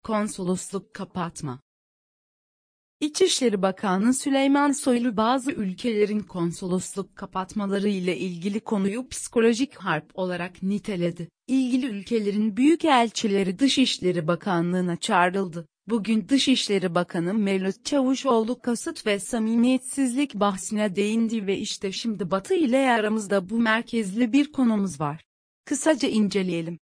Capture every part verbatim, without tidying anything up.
Konsolosluk kapatma. İçişleri Bakanı Süleyman Soylu bazı ülkelerin konsolosluk kapatmaları ile ilgili konuyu psikolojik harp olarak niteledi. İlgili ülkelerin büyükelçileri Dışişleri Bakanlığı'na çağrıldı. Bugün Dışişleri Bakanı Mevlüt Çavuşoğlu kasıt ve samimiyetsizlik bahsine değindi ve işte şimdi Batı ile aramızda bu merkezli bir konumuz var. Kısaca inceleyelim.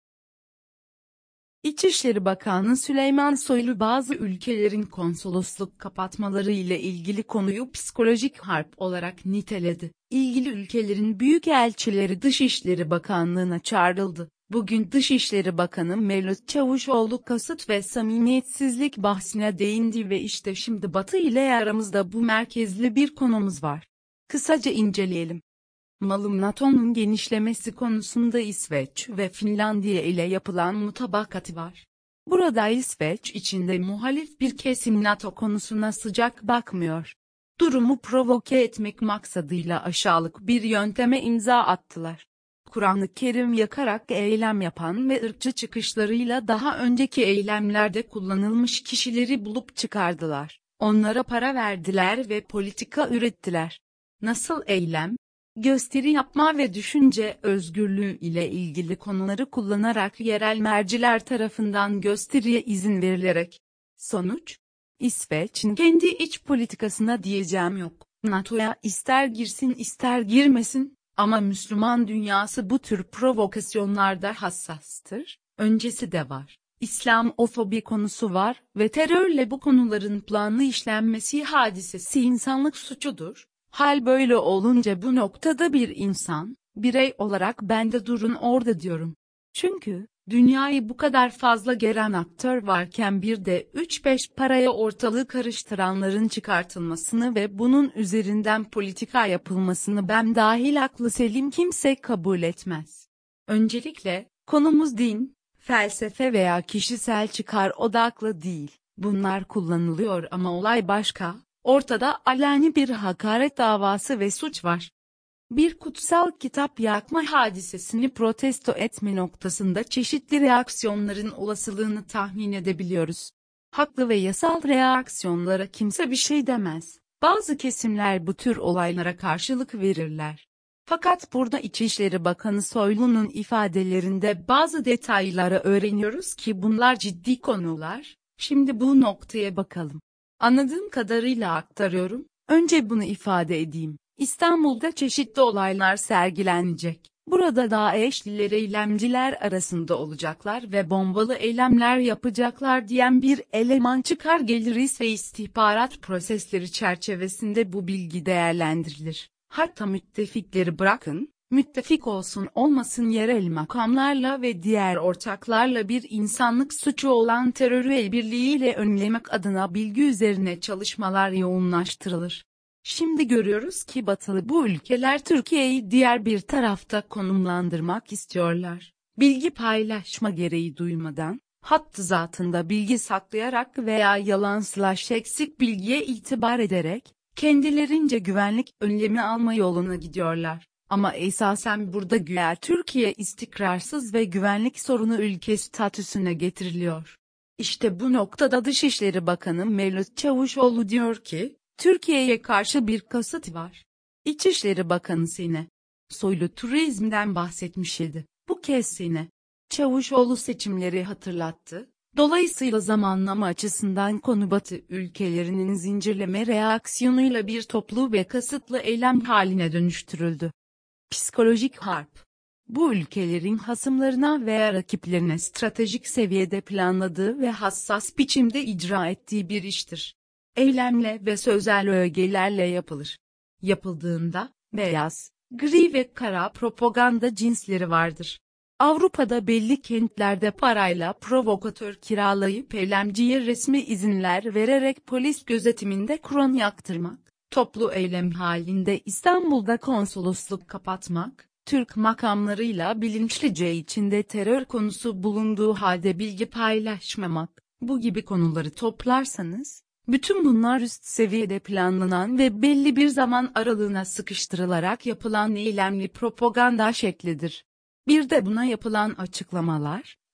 İçişleri Bakanı Süleyman Soylu bazı ülkelerin konsolosluk kapatmaları ile ilgili konuyu psikolojik harp olarak niteledi. İlgili ülkelerin büyükelçileri Dışişleri Bakanlığı'na çağrıldı. Bugün Dışişleri Bakanı Mevlüt Çavuşoğlu kasıt ve samimiyetsizlik bahsine değindi ve işte şimdi Batı ile aramızda bu merkezli bir konumuz var. Kısaca inceleyelim. Malum NATO'nun genişlemesi konusunda İsveç ve Finlandiya ile yapılan mutabakatı var. Burada İsveç içinde muhalif bir kesim NATO konusuna sıcak bakmıyor. Durumu provoke etmek maksadıyla aşağılık bir yönteme imza attılar. Kur'an-ı Kerim yakarak eylem yapan ve ırkçı çıkışlarıyla daha önceki eylemlerde kullanılmış kişileri bulup çıkardılar. Onlara para verdiler ve politika ürettiler. Nasıl eylem? Gösteri yapma ve düşünce özgürlüğü ile ilgili konuları kullanarak yerel merciler tarafından gösteriye izin verilerek. Sonuç? İsveç'in kendi iç politikasına diyeceğim yok. NATO'ya ister girsin ister girmesin, ama Müslüman dünyası bu tür provokasyonlarda hassastır. Öncesi de var. İslamofobi konusu var ve terörle bu konuların planlı işlenmesi hadisesi insanlık suçudur. Hal böyle olunca bu noktada bir insan, birey olarak ben de durun orada diyorum. Çünkü, dünyayı bu kadar fazla geren aktör varken bir de üç beş paraya ortalığı karıştıranların çıkartılmasını ve bunun üzerinden politika yapılmasını ben dahil aklı selim kimse kabul etmez. Öncelikle, konumuz din, felsefe veya kişisel çıkar odaklı değil. Bunlar kullanılıyor ama olay başka. Ortada aleni bir hakaret davası ve suç var. Bir kutsal kitap yakma hadisesini protesto etme noktasında çeşitli reaksiyonların olasılığını tahmin edebiliyoruz. Haklı ve yasal reaksiyonlara kimse bir şey demez. Bazı kesimler bu tür olaylara karşılık verirler. Fakat burada İçişleri Bakanı Soylu'nun ifadelerinde bazı detayları öğreniyoruz ki bunlar ciddi konular. Şimdi bu noktaya bakalım. Anladığım kadarıyla aktarıyorum. Önce bunu ifade edeyim. İstanbul'da çeşitli olaylar sergilenecek. Burada DAEŞ'liler eylemciler arasında olacaklar ve bombalı eylemler yapacaklar diyen bir eleman çıkar gelir ve istihbarat prosesleri çerçevesinde bu bilgi değerlendirilir. Hatta müttefikleri bırakın, müttefik olsun olmasın yerel makamlarla ve diğer ortaklarla bir insanlık suçu olan terörü el birliğiyle önlemek adına bilgi üzerine çalışmalar yoğunlaştırılır. Şimdi görüyoruz ki Batılı bu ülkeler Türkiye'yi diğer bir tarafta konumlandırmak istiyorlar. Bilgi paylaşma gereği duymadan, hattı zatında bilgi saklayarak veya yalan slash eksik bilgiye itibar ederek, kendilerince güvenlik önlemi alma yoluna gidiyorlar. Ama esasen burada güya Türkiye istikrarsız ve güvenlik sorunu ülke statüsüne getiriliyor. İşte bu noktada Dışişleri Bakanı Mevlüt Çavuşoğlu diyor ki, Türkiye'ye karşı bir kasıt var. İçişleri Bakanı Sine Soylu turizmden bahsetmiş idi. Bu kez Sine Çavuşoğlu seçimleri hatırlattı. Dolayısıyla zamanlama açısından konu Batı ülkelerinin zincirleme reaksiyonuyla bir toplu ve kasıtlı eylem haline dönüştürüldü. Psikolojik harp. Bu ülkelerin hasımlarına veya rakiplerine stratejik seviyede planladığı ve hassas biçimde icra ettiği bir iştir. Eylemle ve sözel ögelerle yapılır. Yapıldığında, beyaz, gri ve kara propaganda cinsleri vardır. Avrupa'da belli kentlerde parayla provokatör kiralayıp eylemciye resmi izinler vererek polis gözetiminde Kur'an yaktırmak, toplu eylem halinde İstanbul'da konsolosluk kapatmak, Türk makamlarıyla bilinçlice içinde terör konusu bulunduğu halde bilgi paylaşmamak, bu gibi konuları toplarsanız, bütün bunlar üst seviyede planlanan ve belli bir zaman aralığına sıkıştırılarak yapılan eylemli propaganda şeklidir. Bir de buna yapılan açıklamalar,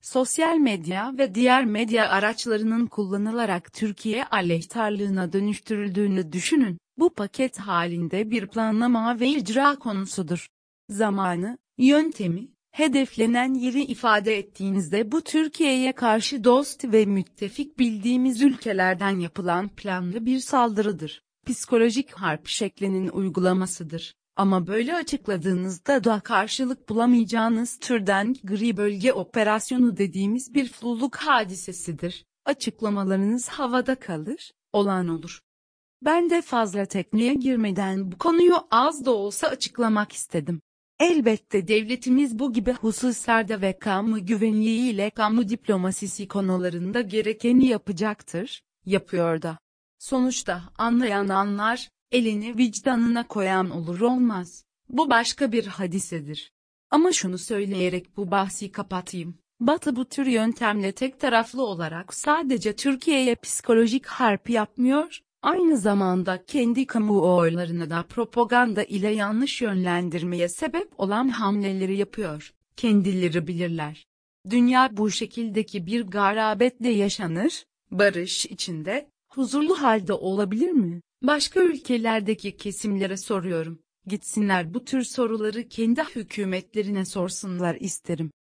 sosyal medya ve diğer medya araçlarının kullanılarak Türkiye aleyhtarlığına dönüştürüldüğünü düşünün. Bu paket halinde bir planlama ve icra konusudur. Zamanı, yöntemi, hedeflenen yeri ifade ettiğinizde bu Türkiye'ye karşı dost ve müttefik bildiğimiz ülkelerden yapılan planlı bir saldırıdır. Psikolojik harp şeklinin uygulamasıdır. Ama böyle açıkladığınızda da karşılık bulamayacağınız türden gri bölge operasyonu dediğimiz bir fluluk hadisesidir. Açıklamalarınız havada kalır, olağan olur. Ben de fazla tekniğe girmeden bu konuyu az da olsa açıklamak istedim. Elbette devletimiz bu gibi hususlarda ve kamu güvenliği ile kamu diplomasisi konularında gerekeni yapacaktır, yapıyor da. Sonuçta anlayan anlar, elini vicdanına koyan olur olmaz. Bu başka bir hadisedir. Ama şunu söyleyerek bu bahsi kapatayım. Batı bu tür yöntemle tek taraflı olarak sadece Türkiye'ye psikolojik harp yapmıyor, aynı zamanda kendi kamuoylarını da propaganda ile yanlış yönlendirmeye sebep olan hamleleri yapıyor. Kendileri bilirler. Dünya bu şekildeki bir garabetle yaşanır, barış içinde, huzurlu halde olabilir mi? Başka ülkelerdeki kesimlere soruyorum. Gitsinler bu tür soruları kendi hükümetlerine sorsunlar isterim.